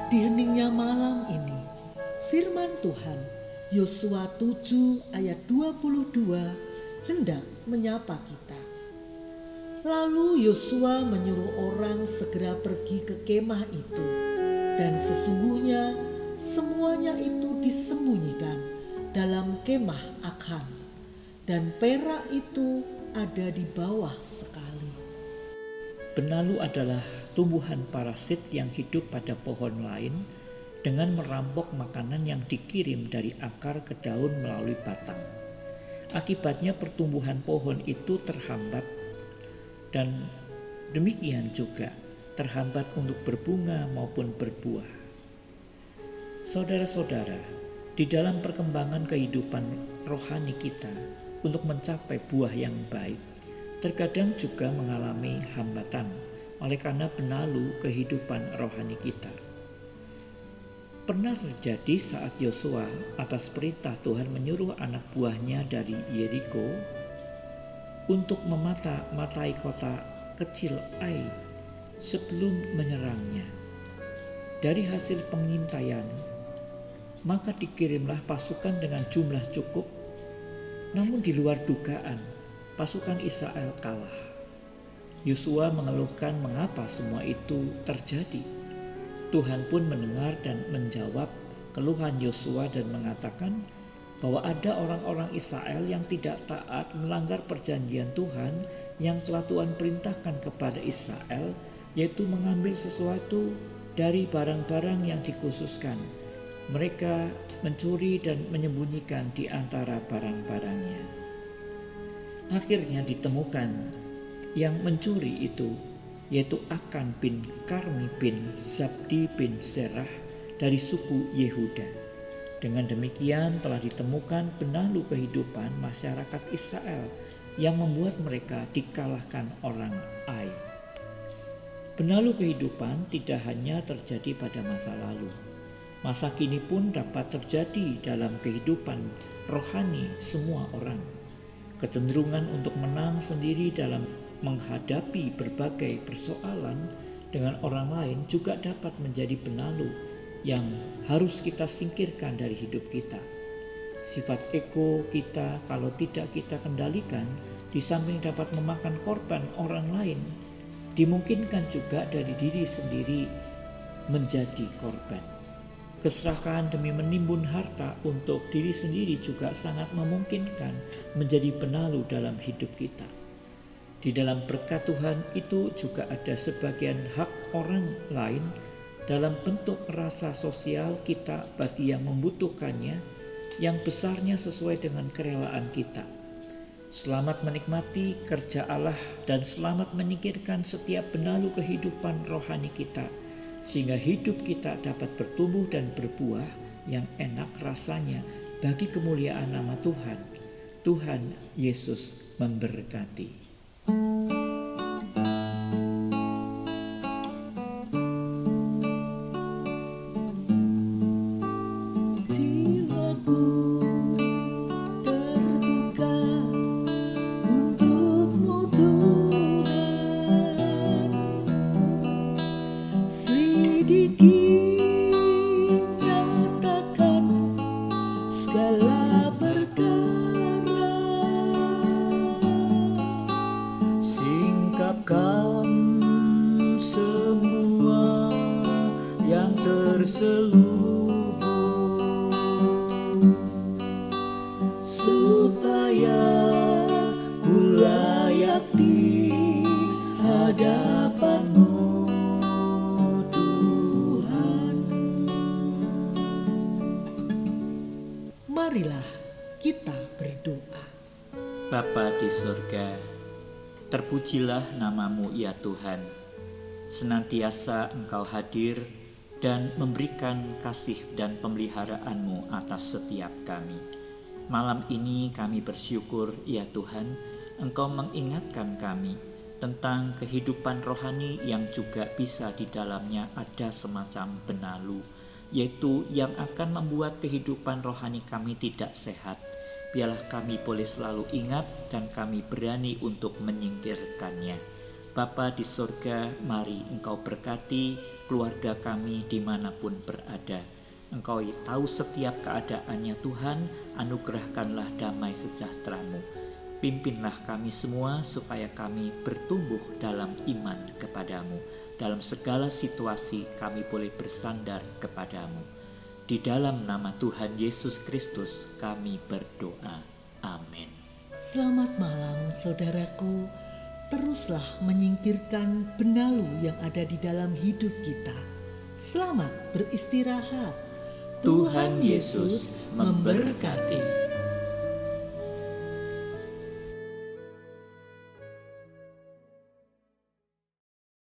Di heningnya malam ini, firman Tuhan Yosua 7 ayat 22 hendak menyapa kita. Lalu Yosua menyuruh orang segera pergi ke kemah itu, dan sesungguhnya semuanya itu disembunyikan dalam kemah Akhan, dan perak itu ada di bawah sekali. Benalu adalah tumbuhan parasit yang hidup pada pohon lain dengan merampok makanan yang dikirim dari akar ke daun melalui batang. Akibatnya pertumbuhan pohon itu terhambat dan demikian juga terhambat untuk berbunga maupun berbuah. Saudara-saudara, di dalam perkembangan kehidupan rohani kita untuk mencapai buah yang baik, terkadang juga mengalami hambatan oleh karena benalu kehidupan rohani kita. Pernah terjadi saat Yosua atas perintah Tuhan menyuruh anak buahnya dari Yeriko untuk memata-matai kota kecil Ai sebelum menyerangnya. Dari hasil pengintaian, maka dikirimlah pasukan dengan jumlah cukup, namun di luar dugaan pasukan Israel kalah. Yosua mengeluhkan mengapa semua itu terjadi. Tuhan pun mendengar dan menjawab keluhan Yosua dan mengatakan bahwa ada orang-orang Israel yang tidak taat melanggar perjanjian Tuhan yang telah Tuhan perintahkan kepada Israel, yaitu mengambil sesuatu dari barang-barang yang dikhususkan. Mereka mencuri dan menyembunyikan di antara barang-barangnya. Akhirnya ditemukan yang mencuri itu, yaitu Akan bin Karmi bin Zabdi bin Serah dari suku Yehuda. Dengan demikian telah ditemukan benalu kehidupan masyarakat Israel yang membuat mereka dikalahkan orang Ai. Benalu kehidupan tidak hanya terjadi pada masa lalu. Masa kini pun dapat terjadi dalam kehidupan rohani semua orang. Kecenderungan untuk menang sendiri dalam menghadapi berbagai persoalan dengan orang lain juga dapat menjadi benalu yang harus kita singkirkan dari hidup kita. Sifat ego kita kalau tidak kita kendalikan, di samping dapat memakan korban orang lain, dimungkinkan juga dari diri sendiri menjadi korban. Keserakahan demi menimbun harta untuk diri sendiri juga sangat memungkinkan menjadi benalu dalam hidup kita. Di dalam berkat Tuhan itu juga ada sebagian hak orang lain dalam bentuk rasa sosial kita bagi yang membutuhkannya, yang besarnya sesuai dengan kerelaan kita. Selamat menikmati kerja Allah dan selamat menyingkirkan setiap benalu kehidupan rohani kita, sehingga hidup kita dapat bertumbuh dan berbuah yang enak rasanya bagi kemuliaan nama Tuhan. Tuhan Yesus memberkati. Singkapkan semua yang terselubung, supaya ku layak di hadapan-Mu, Tuhan. Marilah kita berdoa. Bapa di surga, terpujilah nama-Mu ya Tuhan. Senantiasa Engkau hadir dan memberikan kasih dan pemeliharaan-Mu atas setiap kami. Malam ini kami bersyukur ya Tuhan, Engkau mengingatkan kami tentang kehidupan rohani yang juga bisa di dalamnya ada semacam benalu, yaitu yang akan membuat kehidupan rohani kami tidak sehat. Biarlah kami boleh selalu ingat dan kami berani untuk menyingkirkannya. Bapa di sorga, mari Engkau berkati keluarga kami dimanapun berada. Engkau tahu setiap keadaannya Tuhan, anugerahkanlah damai sejahtera-Mu. Pimpinlah kami semua supaya kami bertumbuh dalam iman kepadamu. Dalam segala situasi kami boleh bersandar kepadamu. Di dalam nama Tuhan Yesus Kristus kami berdoa. Amin. Selamat malam saudaraku. Teruslah menyingkirkan benalu yang ada di dalam hidup kita. Selamat beristirahat. Tuhan Yesus memberkati.